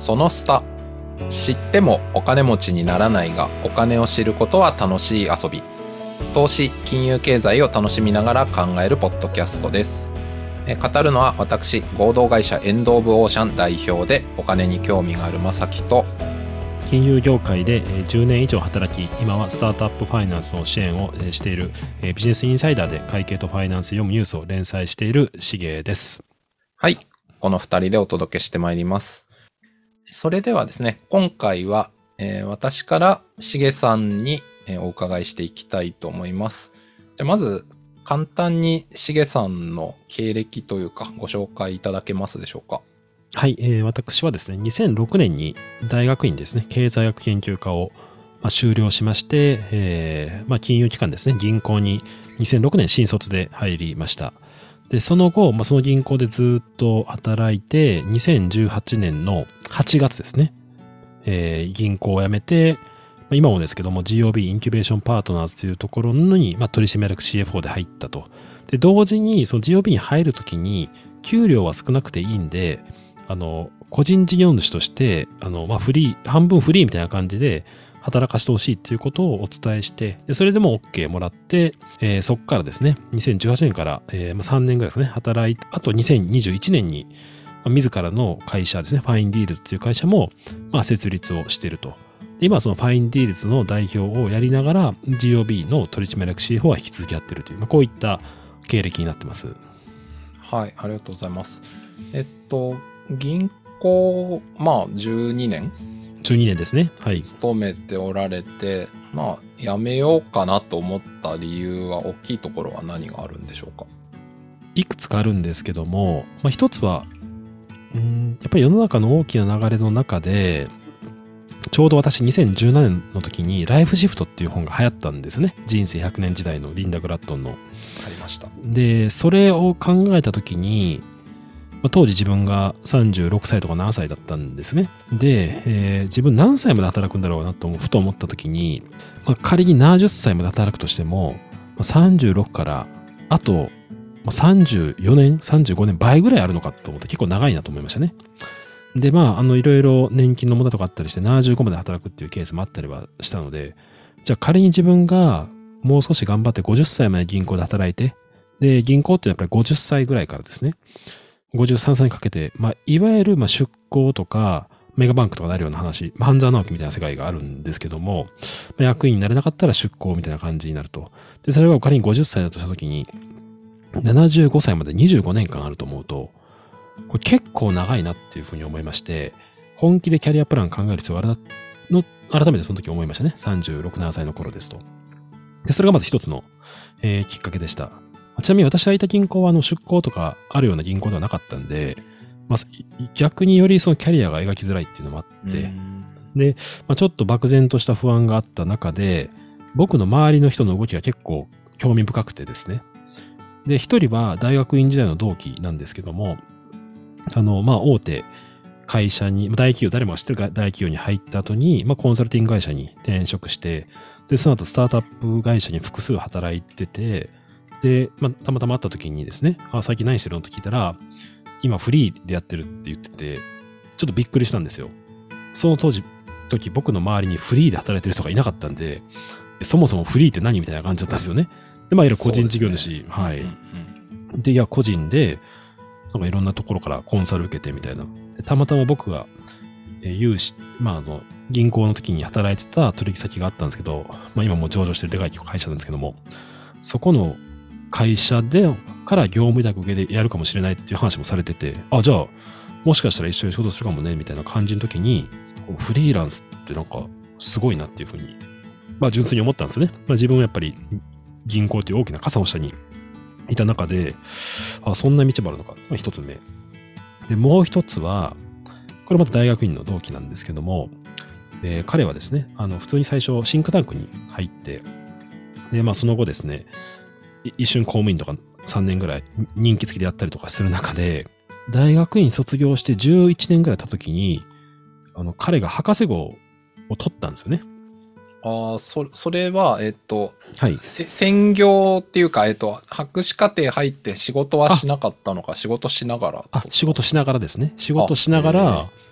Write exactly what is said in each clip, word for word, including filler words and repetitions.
そのスタ。知ってもお金持ちにならないが、お金を知ることは楽しい遊び。投資、金融経済を楽しみながら考えるポッドキャストです。え語るのは私、合同会社エンド・オブ・オーシャン代表でお金に興味がある正木と、 金融業界でじゅうねん以上働き、今はスタートアップファイナンスの支援をしているビジネスインサイダーで会計とファイナンス読むニュースを連載しているしげです。はい、 このふたりでお届けしてまいります。それではですね、今回は、えー、私からしげさんにお伺いしていきたいと思います。じゃあまず簡単にしげさんの経歴というかご紹介いただけますでしょうか。 はい、えー、私はですね、にせんろくねんに大学院ですね、経済学研究科を、まあ、修了しまして、えーまあ、金融機関ですね、銀行ににせんろくねん新卒で入りました。で、その後、まあ、その銀行でずっと働いて、にせんじゅうはちねんのはちがつですね、えー、銀行を辞めて、まあ、今もですけども ジーオービー インキュベーションパートナーズというところに、まあ、取締役 シーエフオー で入ったと。で、同時にその ジーオービー に入るときに、給料は少なくていいんで、あの、個人事業主として、あの、まあ、フリー、半分フリーみたいな感じで働かしてほしいっていうことをお伝えして、でそれでも OK もらって、えー、そこからですね、にせんじゅうはちねんから、えーまあ、さんねんぐらいですね、働いて、あとにせんにじゅういちねんに、まあ、自らの会社ですね、ファインディールズっていう会社も、まあ、設立をしていると。今、そのファインディールズの代表をやりながら、ジーオービー の取締役 シーエフオー は引き続きやってるという、まあ、こういった経歴になってます。 はい、ありがとうございます。えっと、銀行、まあじゅうにねんじゅうにねんですね。はい。 勤めておられて、まあ辞めようかなと思った理由は、大きいところは何があるんでしょうか。 いくつかあるんですけども、まあ、一つは、うん、やっぱり世の中の大きな流れの中で、ちょうど私にせんじゅうななねんの時にライフシフトっていう本が流行ったんですね。人生ひゃくねん時代のリンダ・グラットンの。 ありました。 で、それを考えた時に、まあ、当時自分がさんじゅうろくさいとかななさいだったんですね。で、えー、自分何歳まで働くんだろうなとふと思った時に、まあ、仮にななじゅっさいまで働くとしても、まあ、さんじゅうろくからあと、まあ、さんじゅうよねん、さんじゅうごねん倍ぐらいあるのかと思って結構長いなと思いましたね。で、まあ、あの、いろいろ年金の問題とかあったりして、ななじゅうごまで働くっていうケースもあったりはしたので、じゃあ仮に自分がもう少し頑張ってごじゅっさいまで銀行で働いて、で、銀行ってやっぱりごじゅっさいぐらいからですね、ごじゅうさんさいにかけて、まあ、いわゆるまあ出向とか、メガバンクとかなるような話、まあ、半沢直樹みたいな世界があるんですけども、まあ、役員になれなかったら出向みたいな感じになると。で、それが仮にごじゅっさいだとしたときに、ななじゅうごさいまでにじゅうごねんかんあると思うと、これ結構長いなっていうふうに思いまして、本気でキャリアプラン考える必要があるの、改めてその時思いましたね。さんじゅうろく、ななさいの頃ですと。で、それがまず一つの、えー、きっかけでした。ちなみに私がいた銀行はあの出向とかあるような銀行ではなかったんで、まあ、逆によりそのキャリアが描きづらいっていうのもあって、で、まあ、ちょっと漠然とした不安があった中で、僕の周りの人の動きが結構興味深くてですね。で、一人は大学院時代の同期なんですけども、あの、まあ、大手会社に、大企業、誰もが知ってる大企業に入った後に、まあ、コンサルティング会社に転職して、で、その後スタートアップ会社に複数働いてて、で、まあ、たまたま会った時にですね、あ、最近何してるのって聞いたら、今フリーでやってるって言ってて、ちょっとびっくりしたんですよ。その当時、時僕の周りにフリーで働いてる人がいなかったんで、そもそもフリーって何みたいな感じだったんですよね。で、まあ、いわゆる個人事業主、ね、はい、うんうん。で、いや、個人で、なんかいろんなところからコンサル受けてみたいな。でたまたま僕が、えー、融資、まあ、あの、銀行の時に働いてた取引先があったんですけど、まあ、今もう上場してるでかい会社なんですけども、そこの会社でから業務委託受けでやるかもしれないっていう話もされてて、あ、じゃあ、もしかしたら一緒に仕事するかもね、みたいな感じの時に、フリーランスってなんかすごいなっていうふうに、まあ純粋に思ったんですよね。まあ自分はやっぱり銀行という大きな傘の下にいた中で、あ、そんな道もあるのか。まあ一つ目。で、もう一つは、これまた大学院の同期なんですけども、えー、彼はですね、あの、普通に最初シンクタンクに入って、で、まあその後ですね、一瞬公務員とかさんねんぐらい任期付きでやったりとかする中で、大学院卒業してじゅういちねんぐらい経った時に、あの、彼が博士号を取ったんですよね。 ああ、そ、それは、えっと、 はい。 専業っていうか、えっと、博士課程入って仕事はしなかったのか、仕事しながら。 あ、仕事しながらですね。仕事しながら、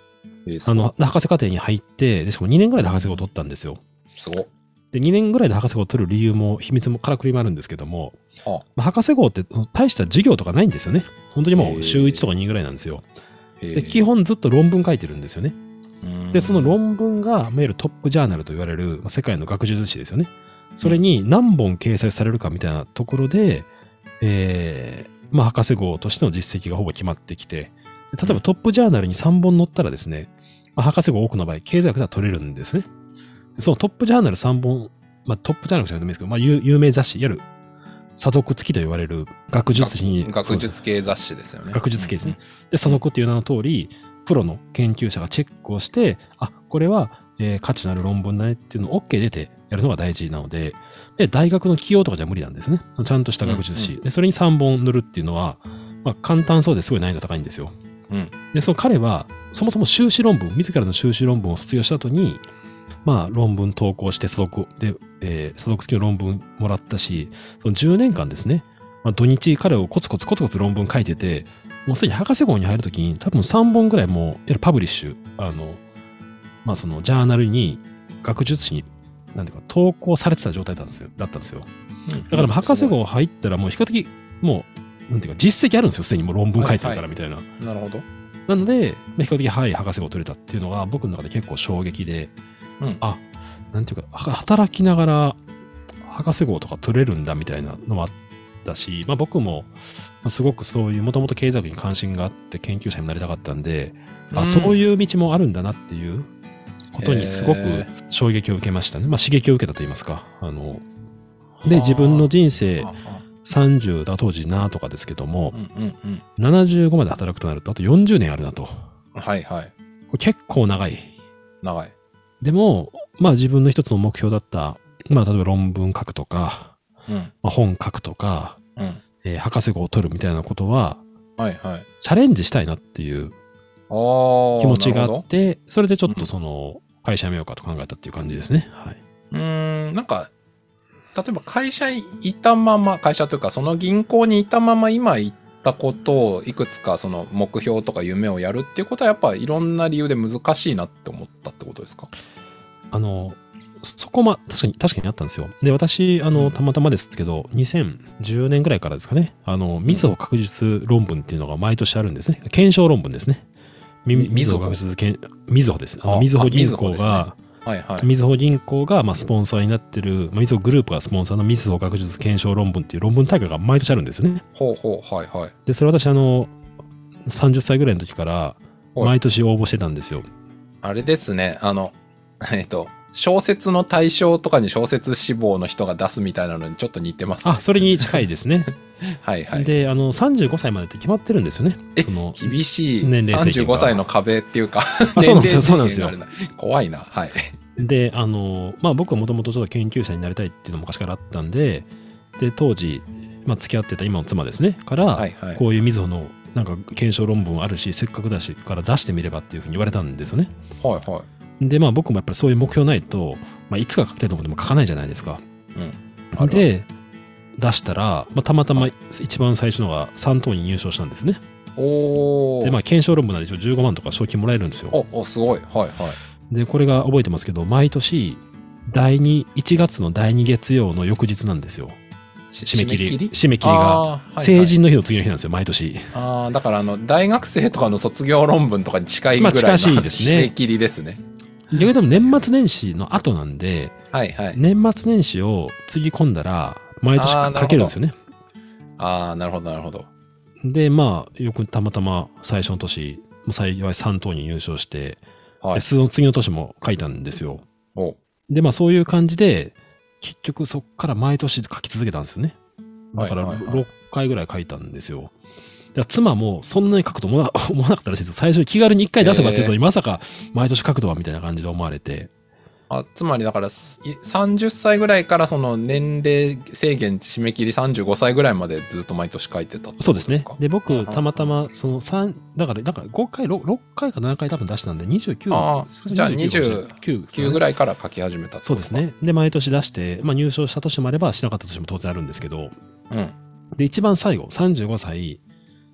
えー、 あの、博士課程に入って、でしかもにねんぐらいで博士号を取ったんですよ。 すごっ。 で、にねんぐらいで博士号を取る理由も、秘密もからくりもあるんですけども、あまあ、博士号ってその大した授業とかないんですよね。本当にもう週いちとかにぐらいなんですよ。で、基本ずっと論文書いてるんですよね。で、その論文が、いわゆるトップジャーナルと言われる、まあ、世界の学術誌ですよね。それに何本掲載されるかみたいなところで、えー、まあ、博士号としての実績がほぼ決まってきて、例えばトップジャーナルにさんぼん載ったらですね、まあ、博士号多くの場合、経済学では取れるんですね。そのトップジャーナルさんぼん、まあ、トップジャーナルじゃなくてもいいですけど、まあ、有名雑誌、いわゆる査読付きと言われる学術誌に。 学術系雑誌ですよね。 学術系ですね。で、査読っていう名の通り、プロの研究者がチェックをして、あ、これは、えー、価値のある論文だねっていうのを OK 出てやるのが大事なので、で、大学の起業とかじゃ無理なんですね。ちゃんとした学術誌。うんうん、で、それにさんぼん塗るっていうのは、まあ、簡単そうですごい難易度高いんですよ。うん、で、その彼は、そもそも修士論文、自らの修士論文を卒業した後に、まあ、論文投稿して査読で、えー、査読付きの論文もらったし、そのじゅうねんかんですね、まあ、土日彼をコツコツコツコツ論文書いてて、もうすでに博士号に入るときに多分さんぼんぐらいもう、いわゆるパブリッシュ、あの、まあそのジャーナルに、学術誌に、なんていうか、投稿されてた状態だったんですよ。だったんですよ。だから博士号入ったらもう比較的、もう、なんていうか、実績あるんですよ。すでにもう論文書いてるからみたいな。はいはい、 なるほど。 なので、比較的はい博士号取れたっていうのが僕の中で結構衝撃で、うん、あ、なんていうか、働きながら博士号とか取れるんだみたいなのもあったし、まあ僕も、すごくそういう、もともと経済学に関心があって研究者になりたかったんで、うん、あそういう道もあるんだなっていうことにすごく衝撃を受けましたね。まあ刺激を受けたと言いますか。あの、で、自分の人生さんじゅうだ当時なとかですけども、うんうんうん、ななじゅうごまで働くとなると、あとよんじゅうねんあるなと。 はいはい。これ結構長い。 長い。 でも、まあ自分の一つの目標だった、まあ例えば論文書くとか、うんまあ、本書くとか、うんえー、博士号を取るみたいなことは、はいはい、チャレンジしたいなっていう気持ちがあって、それでちょっとその会社辞めようかと考えたっていう感じですね。はい、 うーん、なんか、例えば会社いたまま、会社というかその銀行にいたまま今言ったことをいくつかその目標とか夢をやるっていうことはやっぱいろんな理由で難しいなって思ったってことですか？ あの、そこま、確かに、確かにあったんですよ。で、私、あの、たまたまですけど、にせんじゅうねんぐらいからですかね、あの、みずほ学術論文っていうのが毎年あるんですね。検証論文ですね。みずほ学術研、みずほです。あの、みずほ銀行が、はいはい、みずほ銀行が、まあ、スポンサーになってる、みずほグループがスポンサーのみずほ学術検証論文っていう論文大会が毎年あるんですね。 ほうほう、はいはい。 で、それ私、あの、さんじゅっさいぐらいの時から、毎年応募してたんですよ。 あれですね、あの、えっと、小説の対象とかに小説志望の人が出すみたいなのにちょっと似てますね。 あ、それに近いですね。 はいはい。 で、あの、さんじゅうごさいまでって決まってるんですよね。 え、 その厳しい。年齢さんじゅうごさいの壁っていうか。 あ、そうなんですよ、そうなんですよ。 怖いな。はい。 で、あの、まあ僕はもともとちょっと研究者になりたいっていうのも昔からあったんで、で、当時、まあ付き合ってた今の妻ですね、から、はいはい、こういうみずほのなんか検証論文あるし、せっかくだしから出してみればっていうふうに言われたんですよね。 はいはい。 で、まあ僕もやっぱりそういう目標ないと、まあ、いつか書きたいと思っても書かないじゃないですか。うん、で、出したら、まあ、たまたま一番最初のがさん等に入賞したんですね。おで、まあ、検証論文なんでじゅうごまんとか賞金もらえるんですよ。 お、おすごい。はいはい。 で、これが覚えてますけど、毎年、第2、いちがつのだいに月曜の翌日なんですよ。締め切り。締め切りが。成人の日の次の日なんですよ、毎年。 ああ、だからあの、大学生とかの卒業論文とかに近いぐらいの、まあ、近しいですね。締め切りですね。 逆にでも年末年始の後なんで、 はいはい、 年末年始をつぎ込んだら、毎年書けるんですよね。 ああ、なるほど、なるほど。 で、まあ、よくたまたま最初の年、幸いさん等に優勝して、はい、その次の年も書いたんですよ。おで、まあそういう感じで、結局そっから毎年書き続けたんですよね。だからろっかいぐらい書いたんですよ。妻もそんなに書くと思わなかったらしいですよ。最初に気軽にいっかい出せばっていうのに、まさか毎年書くとはみたいな感じで思われて。 あ、つまりだからさんじゅっさいぐらいからその年齢制限締め切りさんじゅうごさいぐらいまでずっと毎年書いてたってことですか？ そうですね。で、僕、たまたまそのさん、だから、だからごかい、ろっかいかななかい多分出したんで、にじゅうきゅう。 ああ、じゃあにじゅうきゅうぐらいから書き始めたってことですか？ そうですね。で、毎年出して、まあ入賞した年もあればしなかった年も当然あるんですけど、うん。で、一番最後、さんじゅうごさい、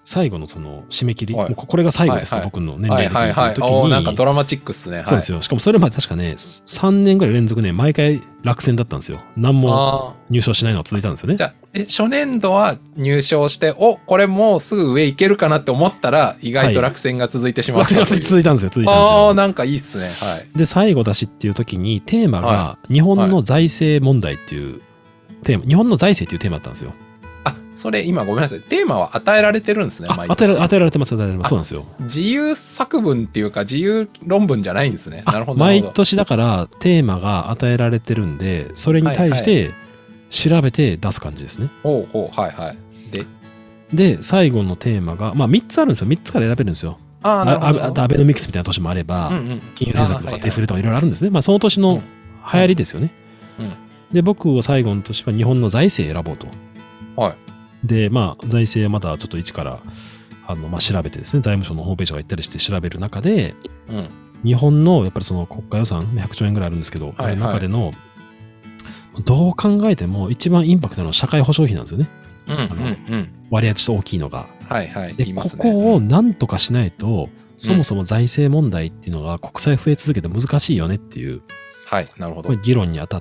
最後のその締め切り、 はい、 もうこれが最後ですと、 はいはい、 僕の年齢的にという時に、 はいはいはい、なんかドラマチックっすね。 そうですよ。しかもそれまで確かね、さんねんぐらい連続ね、毎回落選だったんですよ。何も入賞しないのが続いたんですよね。 じゃあ、え、初年度は入賞して、お、これもうすぐ上いけるかなって思ったら、意外と落選が続いてしまった、はい。 落選が続いたんですよ、続いたんですよ。 ああ、なんかいいっすね。はい。 で、最後だしっていう時に、テーマが、日本の財政問題っていうテーマ、はい、日本の財政っていうテーマだったんですよ。 あ、それ今ごめんなさい。テーマは与えられてるんですね。 毎年与えら与えられてます、与えられてます。そうなんですよ。 自由作文っていうか、自由論文じゃないんですね。なるほど。 毎年だからテーマが与えられてるんで、それに対して調べて出す感じですね。 はいはい、ほうほう、はいはい。で、 で、最後のテーマが、まあみっつあるんですよ。みっつから選べるんですよ。ああ、なるほど。アベノミクスみたいな年もあれば、うんうん、金融政策とかデフレとかいろいろあるんですね。はいはい、まあその年の流行りですよね。うんうん、で、僕は最後の年は日本の財政選ぼうと。 はい。 で、まあ、財政はまたちょっと一からあの、まあ、調べてですね、財務省のホームページが行ったりして調べる中で、うん、日本のやっぱりその国家予算ひゃくちょうえんぐらいあるんですけど、はいはい、中でのどう考えても一番インパクトの社会保障費なんですよね。うんうんうん、割合として大きいのが。はいはい、で、ね、ここをなんとかしないと、うん、そもそも財政問題っていうのが国債増え続けて難しいよねっていう、 はい、なるほど。 議論にあたって、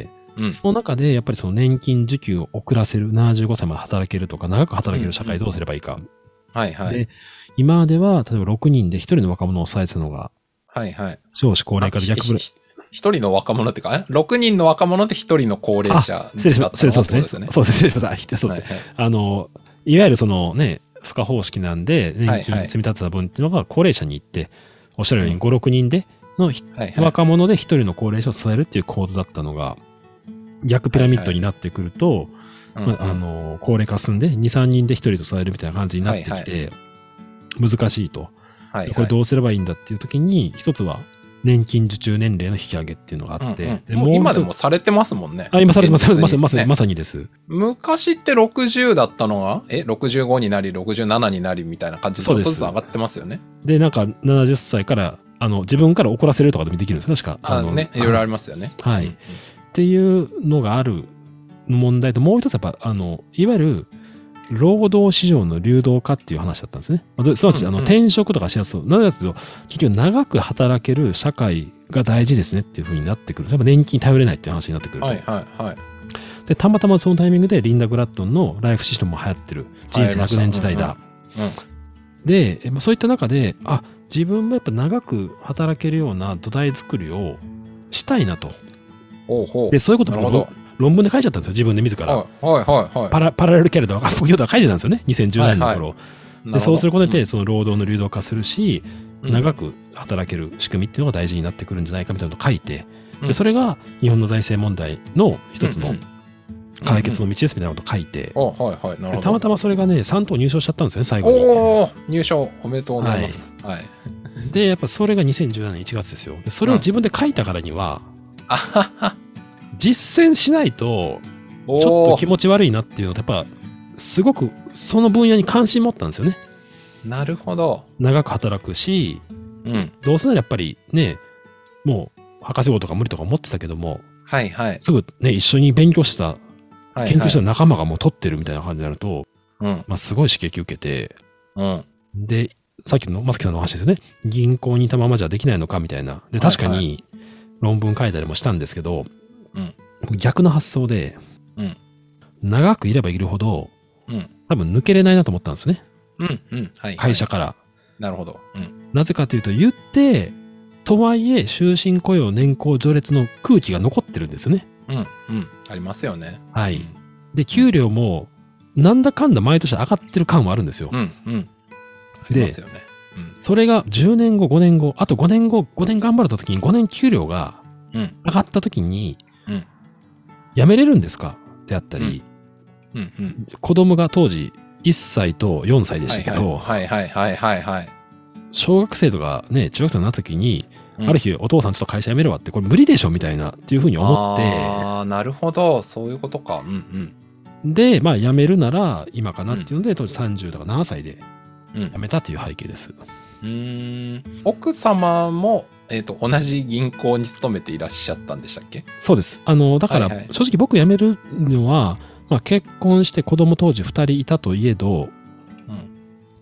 うん、その中でやっぱりその年金受給を遅らせる、ななじゅうごさいまで働けるとか長く働ける社会どうすればいいか。うんうん、 はいはい。 で、今までは例えばろくにんでひとりの若者を抑えてたのが、 はいはい。 少子高齢化で逆ぶれ。 ひとりの若者っていうか、ろくにんの若者でひとりの高齢者だったの。 失礼しました。そうですね。そうですね。失礼しました。そうですね。はいはい、あの、いわゆるそのね、付加方式なんで、年金積み立てた分っていうのが高齢者に行って、おっしゃるようにご、ろくにんでの、はいはい、若者でひとりの高齢者を支えるっていう構図だったのが、逆ピラミッドになってくると、はいはい、まあ、あの高齢化進んでに、さんにんでひとりとされるみたいな感じになってきて、はいはい、難しいと、はいはい。これどうすればいいんだっていう時に、一つは年金受注年齢の引き上げっていうのがあって、うんうん、 でもう今でもされてますもんね。 あ、今されてます。まさに、まさに、まさにです。 昔ってろくじゅうだったのが、え、ろくじゅうごになり、ろくじゅうななになりみたいな感じでちょっとずつ上がってますよね。 で、なんかななじゅっさいからあの自分から怒らせるとかでもできるんですよ、確か。 あのね、いろいろありますよね。 はい。うんうん、っていうのがある問題と、もう一つやっぱ、あの、いわゆる、労働市場の流動化っていう話だったんですね。すなわち、あの、転職とかしやすい。なぜかというと、結局長く働ける社会が大事ですねっていうふうになってくる。やっぱ年金頼れないっていう話になってくる。 はいはいはい。 で、たまたまそのタイミングでリンダ・グラットンのライフシステムも流行ってる。人生ひゃくねん時代だ。うんうんうん、で、そういった中で、あ、自分もやっぱ長く働けるような土台作りをしたいなと。 ほうほう。 で、そういうことも論文で書いちゃったんですよ、自分で自ら。 はいはいはいはい、 パラ。パラレルキャリアとか副業とか書いてたんですよね、にせんじゅうねんの頃。はいはい、でそうすることで、その労働の流動化するし、うん、長く働ける仕組みっていうのが大事になってくるんじゃないかみたいなのを書いて、うん、でそれが日本の財政問題の一つの解決の道ですみたいなことを書いて、たまたまそれがね、さん等入賞しちゃったんですよね、最後に。 おー、入賞おめでとうございます。はい。はい、 で、やっぱそれがにせんじゅうなねんいちがつですよ。でそれを自分で書いたからには、うん、実践しないと、ちょっと気持ち悪いなっていうのと、やっぱ、すごくその分野に関心持ったんですよね。 なるほど。 長く働くし、うん、どうせならやっぱりね、もう博士号とか無理とか思ってたけども、 はいはい、 すぐね、一緒に勉強した、研究した仲間がもう取ってるみたいな感じになると、はいはい、まあ、すごい刺激受けて、うん、で、さっきの松木さんのお話ですね、銀行にいたままじゃできないのかみたいな。で、確かに論文書いたりもしたんですけど、うん、逆の発想で、うん、長くいればいるほど、うん、多分抜けれないなと思ったんですね。 うんうんはい、 会社から。 なるほど、うん。 なぜかというと、言って、とはいえ、終身雇用年功序列の空気が残ってるんですよね。 うんうん。ありますよね。 はい。で、給料も、なんだかんだ毎年上がってる感はあるんですよ。 うんうん。ありますよね。 うん、それがじゅうねんご、ごねんご、あとごねんご、ごねん頑張った時に、ごねん給料が上がった時に、うん、辞めれるんですかであったり、うんうんうん、子供が当時いっさいとよんさいでしたけど、 はいはいはいはいはい。 小学生とかね、中学生になった時に、うん、ある日お父さんちょっと会社辞めるわって、これ無理でしょみたいなっていうふうに思って。 ああ、なるほど。そういうことか。うんうん。で、まあ辞めるなら今かなっていうので、うん、当時さんじゅうとかななさいで辞めたっていう背景です。 うん。うん奥様も、えっと、同じ銀行に勤めていらっしゃったんでしたっけ？ そうです。あの、だから、正直僕辞めるのは、まあ、結婚して子供当時ふたりいたといえど、うん、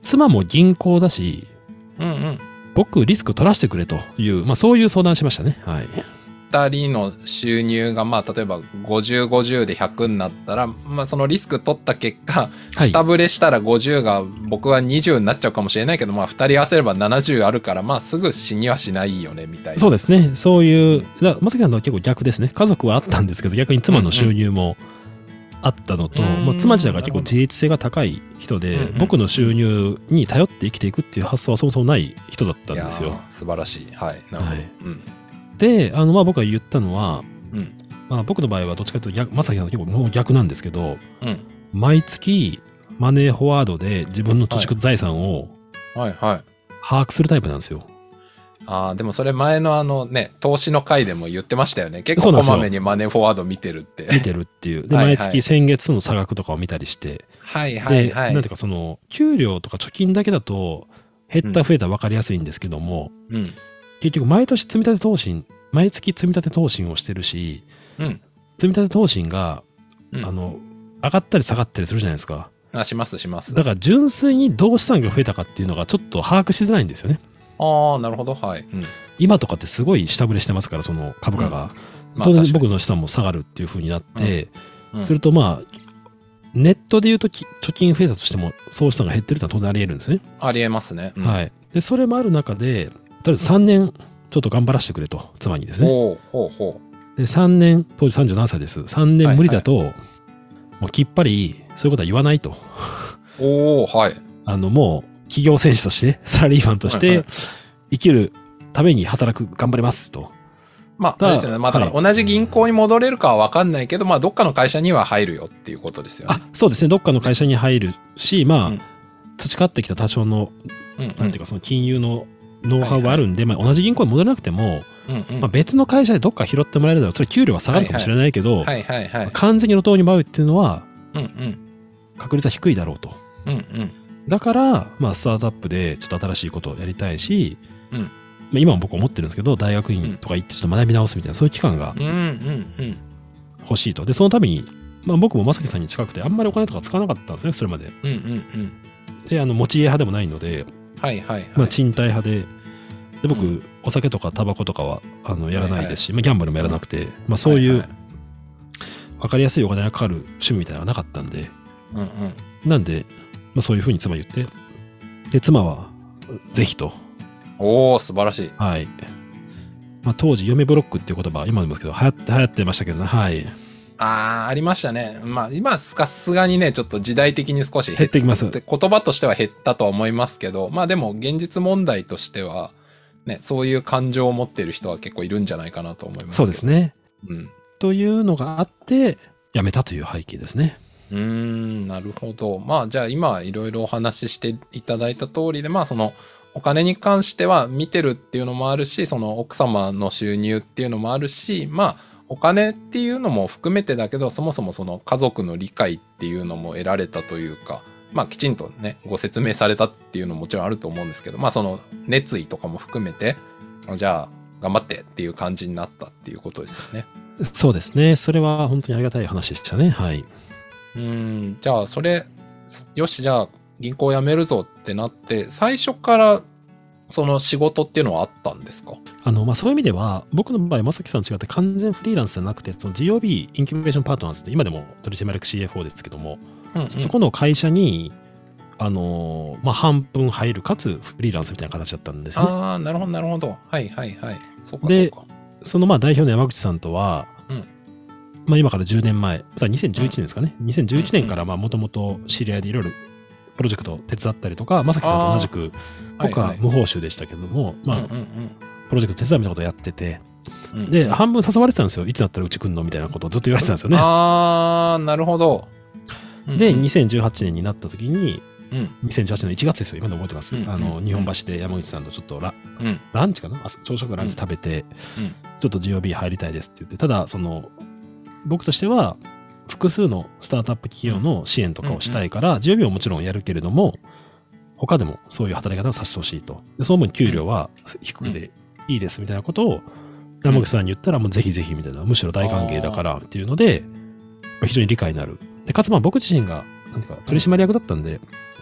妻も銀行だし、 うんうん。 僕リスク取らせてくれという、まあそういう相談しましたね。はい。 ふたりの収入がまあ例えばごじゅう、ごじゅうでひゃくになったら、まあそのリスク取った結果、 はい下振れしたらごじゅうが僕はにじゅうになっちゃうかもしれないけど、まあふたり合わせればななじゅうあるから、まあすぐ死にはしないよねみたいな。 そうですね。そういう、だまさきさんのは結構逆ですね。家族はあったんですけど、逆に妻の収入もあったのと、 うんうんまあ、妻自体が結構自立性が高い人で、 うんうん僕の収入に頼って生きていくっていう発想はそもそもない人だったんですよ。 いやー素晴らしい。はい。なるほど。 はいうん。 で、あのまあ僕が言ったのは、 うん。 まあ、僕の場合はどっちかというと逆、まさきさんの結構もう逆なんですけど、 うん。 毎月マネーフォワードで自分の貯蓄財産をはいはい。 把握するタイプなんですよ。 ああ、でもそれ前のあのね、投資の回でも言ってましたよね。結構そうなんですよこまめにマネーフォワード見てるって。 見てるっていう。で、 はいはい毎月先月の差額とかを見たりして、 はいはいで、 はい。 なんていうかその、給料とか貯金だけだと、減った増えた分かりやすいんですけども、 うん。 結局毎年積み立て投資、毎月積み立て投資をしてるし、 うん。 積み立て投資が、 うんあの、上がったり下がったりするじゃないですか。 あ、しますします。 だから純粋にどう資産が増えたかっていうのがちょっと把握しづらいんですよね。 ああ、なるほど。はい。うん。 今とかってすごい下振れしてますから、その株価が。 まあ当然確かに僕の資産も下がるっていう風になって、 うんするとまあ、ネットで言うとき貯金増えたとしても、総資産が減ってるってのは当然あり得るんですね。 ありえますね。うん、 はい。で、それもある中で、とりあえずさんねんちょっと頑張らせてくれと、妻にですね。 ほうほうほで、さんねん、当時さんじゅうななさいです。さんねん無理だと、もうきっぱりそういうことは言わないと。 う。おおはい。 あの、もう企業戦士として、サラリーマンとしはいはいて生きるために働く、頑張りますと。 まあ、 ただあれですよね。まあ、だから同じ銀行に戻れるかは分かんないけど、まあ、どっかの会社には入るよっていうことですよね。 あ、そうですね。どっかの会社に入るし、まあ、 うん培ってきた多少の、 うんうんなんていうか、その金融のノウハウはあるんで、まあ、同じ銀行に戻らなくても、 うんうんまあ、別の会社でどっか拾ってもらえるだろう。それ給料は下がるかもしれないけど、 はいはいはい。 完全に路頭に迷うっていうのは、 うんうん。 確率は低いだろうと。 うんうん。 だから、まあ、スタートアップでちょっと新しいことをやりたいし、 うんまあ、今も僕思ってるんですけど、大学院とか行ってちょっと学び直すみたいな、そういう期間がうんうんうん。 欲しいと。で、そのために、まあ、僕も正樹さんに近くて、あんまりお金とか使わなかったんですね、それまで。 うんうんうん。 で、あの、持ち家派でもないので、 はいはいはい。 まあ、賃貸派で、で、僕、 うんお酒とかタバコとかは、あの、やらないですし、 はまあ、ギャンブルもやらなくて、まあ、そういうはいはい、 わかりやすいお金がかかる趣味みたいなのがなかったんで、 うんうん。 なんで、まあ、そういうふうに妻言って、で、妻は、ぜひと、 おお素晴らしい。 はい。まあ、当時、嫁ブロックっていう言葉は今でもですけど、流行って、流行ってましたけどね、はい。 ああ、ありましたね。まあ、今、さすがにね、ちょっと時代的に少し減ってきますで言葉としては減ったとは思いますけど、まあでも、現実問題としては、ね、そういう感情を持っている人は結構いるんじゃないかなと思いますけど。 そうですね。 うん。 というのがあって、辞めたという背景ですね。 うーん、なるほど。まあ、じゃあ今いろいろお話ししていただいた通りで、まあそのお金に関しては見てるっていうのもあるし、その奥様の収入っていうのもあるし、まあお金っていうのも含めてだけど、そもそもその家族の理解っていうのも得られたというか、まあきちんとね、ご説明されたっていうのももちろんあると思うんですけど、まあその熱意とかも含めて、じゃあ頑張ってっていう感じになったっていうことですよね。 そうですね。それは本当にありがたい話でしたね。はい。 うーん、じゃあそれ、よし、じゃあ銀行辞めるぞってなって、最初からその仕事っていうのはあったんですか？ あの、まあ、そういう意味では、僕の場合、正樹さんと違って完全フリーランスじゃなくて、その ジーオービー インキュベーションパートナーズって、今でも取締役 シーエフオー ですけども、 うんうん、 そこの会社に、あのーまあ、半分入る、かつフリーランスみたいな形だったんですよね。 ああ、なるほど、なるほど。はいはいはい。そうかそうでか。 そのまあ代表の山口さんとは、 うんまあ、今からじゅうねんまえ、またにせんじゅういちねんですかね。にせんじゅういちねんからもともと知り合いでいろいろプロジェクトを手伝ったりとか、正樹さんと同じく、僕は無報酬でしたけども、まあ、 うんうんうんプロジェクト手伝いみたいなことをやってて、 うんうん、 で、半分誘われてたんですよ。いつだったらうち来んのみたいなことをずっと言われてたんですよね。 ああ、なるほど。 で、 うんうんにせんじゅうはちねんになった時に、 うんにせんじゅうはちねんのいちがつですよ。今でも覚えてます。 うんうんあの、日本橋で山口さんとちょっとラうんランチかなあ朝食ランチ食べて、 うんちょっと ジーオービー 入りたいですって言って、ただ、その、僕としては、複数のスタートアップ企業の支援とかをしたいから、ジーオービー ももちろんやるけれども、他でもそういう働き方をさせてほしいと。でその分給料は低くでいいですみたいなことを山口さんに言ったら、もうぜひぜひみたいな、むしろ大歓迎だからっていうので、非常に理解になる。で、かつまあ僕自身が、なんていうか、取締役だったんで、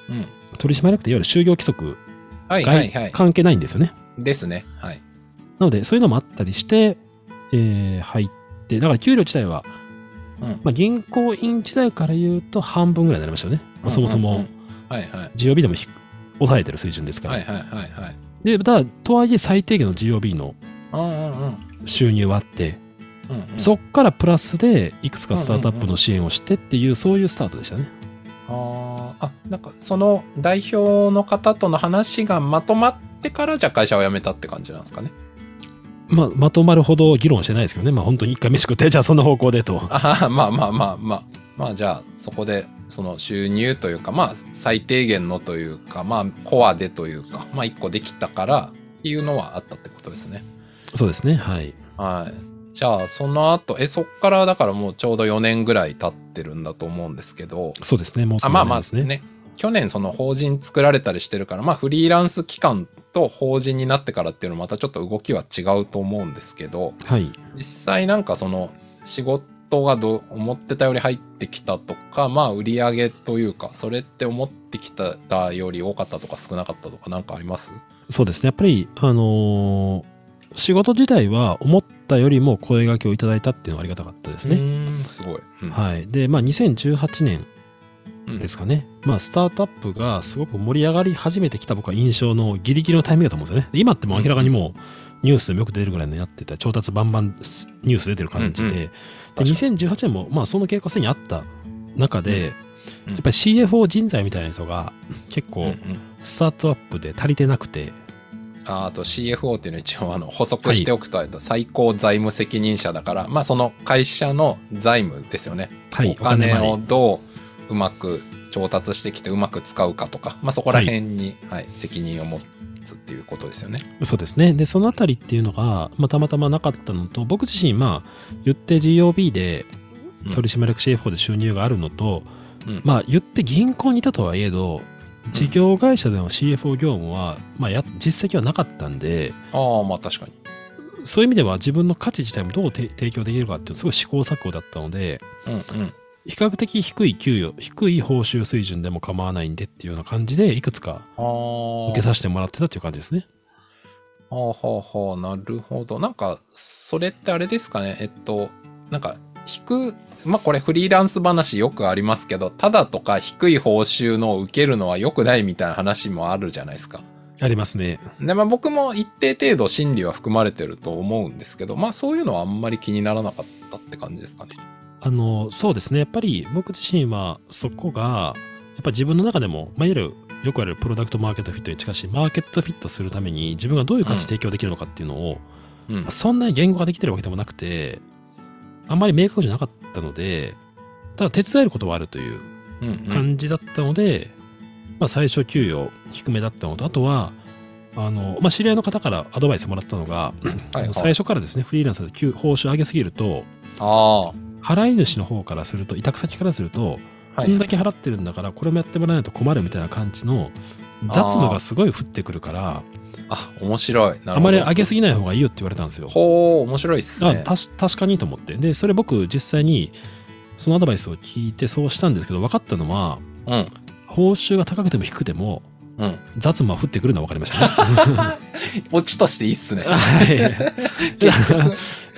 うん、 取締役っていわゆる就業規則はいはいはい。 関係ないんですよね。 ですね。はい。 なので、そういうのもあったりして、えー、入って、だから給料自体は、 うんまあ、銀行員時代から言うと半分ぐらいになりましたよね。まあ、そもそも、 はいはい。 ジーオービー でも抑えてる水準ですから。 はいはいはいはい。 で、ただ、とはいえ最低限の ジーオービー の収入はあって、うんうん、そっからプラスでいくつかスタートアップの支援をしてっていう、そういうスタートでしたね。 ああ、なんかその代表の方との話がまとまってからじゃあ会社を辞めたって感じなんですかね。 まあ、まとまるほど議論してないですけどね。まあ本当に一回飯食って、じゃあそんな方向でと。 あまあまあまあまあ。まあじゃあそこでその収入というか、まあ最低限のというか、まあコアでというか、まあ一個できたからっていうのはあったってことですね。 そうですね。はい。 はい。じゃあその後、え、そっからだからもうちょうどよねんぐらい経ってるんだと思うんですけど。 そうですね。もうそのよねんですね。あまあまあね。去年その法人作られたりしてるから、まあフリーランス期間と法人になってからっていうのはまたちょっと動きは違うと思うんですけど、 はい、 実際なんかその仕事がどう思ってたより入ってきたとか、まあ売り上げというか、それって思ってきたより多かったとか少なかったとかなんかあります？ そうですね。やっぱり、あのー、仕事自体は思ったよりも声掛けをいただいたっていうのはありがたかったですね。 うーん、すごい。うん、 はい。で、まあにせんじゅうはちねんですかね。うん、まあスタートアップがすごく盛り上がり始めてきた僕は印象のギリギリのタイミングだと思うんですよね。今ってもう明らかにもうニュースでもよく出るぐらいのやってた調達バンバンニュース出てる感じで、うんうん、でにせんじゅうはちねんもまあその傾向すでにあった中で、うん、やっぱり シーエフオー 人材みたいな人が結構スタートアップで足りてなくて、 あ, あと シーエフオー っていうのは一応あの補足しておくと、はい、最高財務責任者だから、まあその会社の財務ですよね。はい、お金をどううまく調達してきてうまく使うかとか、まあそこら辺に、はいはい、責任を持つっていうことですよね。 そうですね。で、そのあたりっていうのが、まあ、たまたまなかったのと、僕自身、まあ、言って ジーオービー で取締役 シーエフオー で収入があるのと、うん、まあ言って銀行にいたとはいえど、事業会社での シーエフオー 業務は、まあ、や実績はなかったんで、 ああ、まあ確かに。 そういう意味では自分の価値自体もどう提供できるかっていうのすごい試行錯誤だったので、うんうん、比較的低い給与、低い報酬水準でも構わないんでっていうような感じで、いくつか受けさせてもらってたっていう感じですね。 はあはあはあ、なるほど。なんか、それってあれですかね。えっと、なんか、低、まあこれフリーランス話よくありますけど、ただとか低い報酬のを受けるのは良くないみたいな話もあるじゃないですか。 ありますね。 で、まあ僕も一定程度心理は含まれてると思うんですけど、まあそういうのはあんまり気にならなかったって感じですかね。 あの、そうですね。やっぱり僕自身はそこが、やっぱ自分の中でも、まあ、いわゆるよくあるプロダクトマーケットフィットに近しい、マーケットフィットするために自分がどういう価値提供できるのかっていうのを、うん、そんなに言語化できてるわけでもなくて、あんまり明確じゃなかったので、ただ手伝えることはあるという感じだったので、うんうん、まあ、最初給与低めだったのと、あとは、あの、まあ、知り合いの方からアドバイスもらったのが、はいはい、最初からですね、フリーランスで給報酬上げすぎると、あ払い主の方からすると、委託先からすると、こんだけ払ってるんだから、これもやってもらわないと困るみたいな感じの雑務がすごい降ってくるから、 あ、面白い。 あまり上げすぎない方がいいよって言われたんですよ。 ほう、面白いっすね。 あ、た確かにと思って。で、それ僕実際にそのアドバイスを聞いてそうしたんですけど、分かったのは、うん、報酬が高くても低くても、うん、雑務は降ってくるのは分かりましたね。 オチとしていいっすね。はい、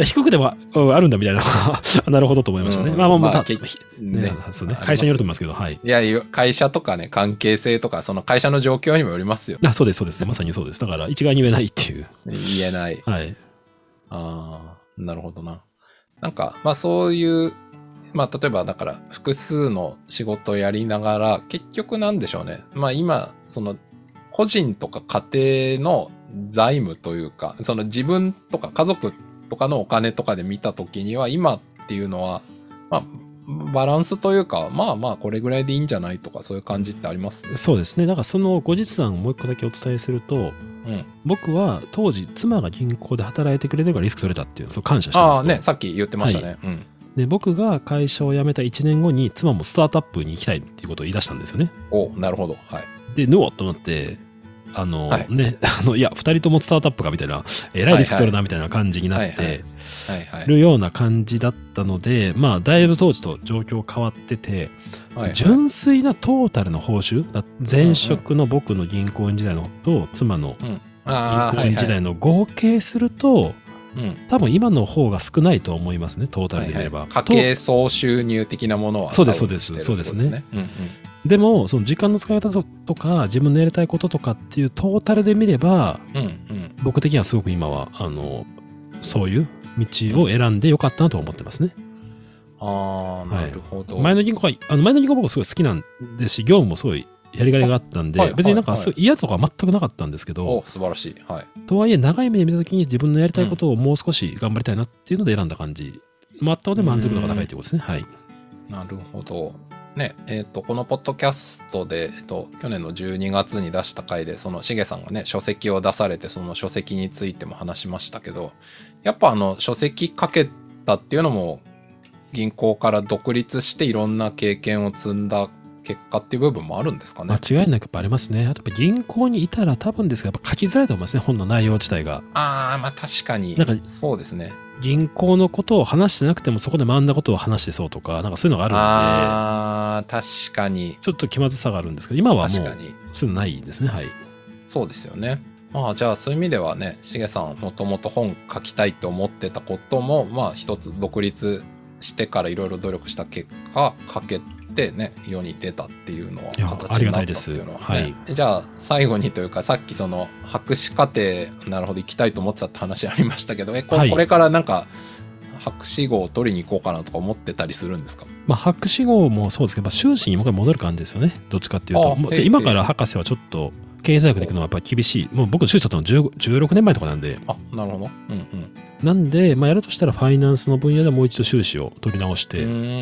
低くてもあるんだみたいな。なるほどと思いましたね。うん、まあまあまあ、まあねねそうね、会社によると思いますけど、はい。 いや、会社とかね、関係性とか、その会社の状況にもよりますよ。 あ、そうです、そうです。まさにそうです。だから一概に言えないっていう。 言えない。 はい。 ああ、なるほどな。なんか、まあそういう、まあ例えばだから複数の仕事をやりながら結局なんでしょうね。まあ今その個人とか家庭の財務というか、その自分とか家族とかのお金とかで見たときには今っていうのはまあバランスというか、まあまあこれぐらいでいいんじゃないとかそういう感じってあります？ そうですね。だからその後日談をもう一個だけお伝えすると、うん、僕は当時妻が銀行で働いてくれてるからリスク取れたっていう、そう感謝してますと。 ああね、さっき言ってましたね。はい、うん。 で僕が会社を辞めたいちねんごに妻もスタートアップに行きたいっていうことを言い出したんですよね。 お、なるほど。はい。 で、ノーと思って、 あの、 はいね、あの、いや、二人ともスタートアップかみたいな、えらいリスク取るなみたいな感じになってはいはい。 るような感じだったので、まあ、だいぶ当時と状況変わってて、 はいはい、 純粋なトータルの報酬、前職の僕の銀行員時代のと妻の銀行員時代の合計すると、うん、多分今の方が少ないと思いますね、トータルで言えば。はいはい、 家計総収入的なものは、 そうです、そうです、そうですね。うんうん、でも、その時間の使い方とか、自分のやりたいこととかっていうトータルで見れば、うんうん、僕的にはすごく今は、あの、そういう道を選んでよかったなと思ってますね。 ああ、なるほど。 はい、前の銀行は、あの前の銀行僕すごい好きなんですし、業務もすごいやりがいがあったんで、はい、別になんかそう嫌とかは全くなかったんですけど、 お素晴らしい。はい。 とはいえ、長い目で見たときに自分のやりたいことをもう少し頑張りたいなっていうので選んだ感じもあったので、満足度が高いということですね。はい。 なるほど。ね、えっと、このポッドキャストで、えっと、去年のじゅうにがつに出した回で、その、しげさんがね、書籍を出されて、その書籍についても話しましたけど、やっぱあの、書籍かけたっていうのも、銀行から独立していろんな経験を積んだ結果っていう部分もあるんですかね。 間違いなくやっぱありますね。あと銀行にいたら多分ですが、やっぱ書きづらいと思いますね、本の内容自体が。 ああ、まあ確かに。なんかそうですね。 銀行のことを話してなくてもそこで学んだことを話してそうとか、なんかそういうのがあるんで。 ああ、確かに。 ちょっと気まずさがあるんですけど、今はもうそういうのないですね。はい。 そうですよね。まあじゃあそういう意味ではね、しげさんもともと本書きたいと思ってたことも、まあ一つ独立してからいろいろ努力した結果書けてね世に出たっていうのは形になったっていうのは、ね、はい、じゃあ最後にというかさっきその博士課程なるほど行きたいと思ってたって話ありましたけどえ こ,、はい、これからなんか博士号を取りに行こうかなとか思ってたりするんですか？ まあ博士号もそうですけど修士にもう一回戻る感じですよね。どっちかっていうともう今から博士はちょっと経済学で行くのはやっぱり厳しい。もう僕の修士だったのじゅうじゅうろくねんまえとかなんで。 あ、なるほど。うんうん。 なんで、まあ、やるとしたらファイナンスの分野でもう一度修士を取り直して、うんうんうん、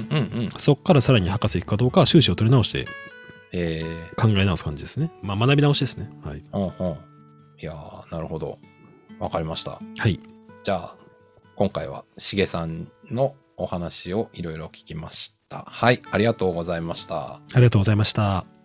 そこからさらに博士行くかどうかは修士を取り直して、えー、考え直す感じですね。まあ、学び直しですね。はい。 うんうん、いやー、なるほど。わかりました。 はい。 じゃあ、今回はしげさんのお話をいろいろ聞きました。はい、ありがとうございました。 ありがとうございました。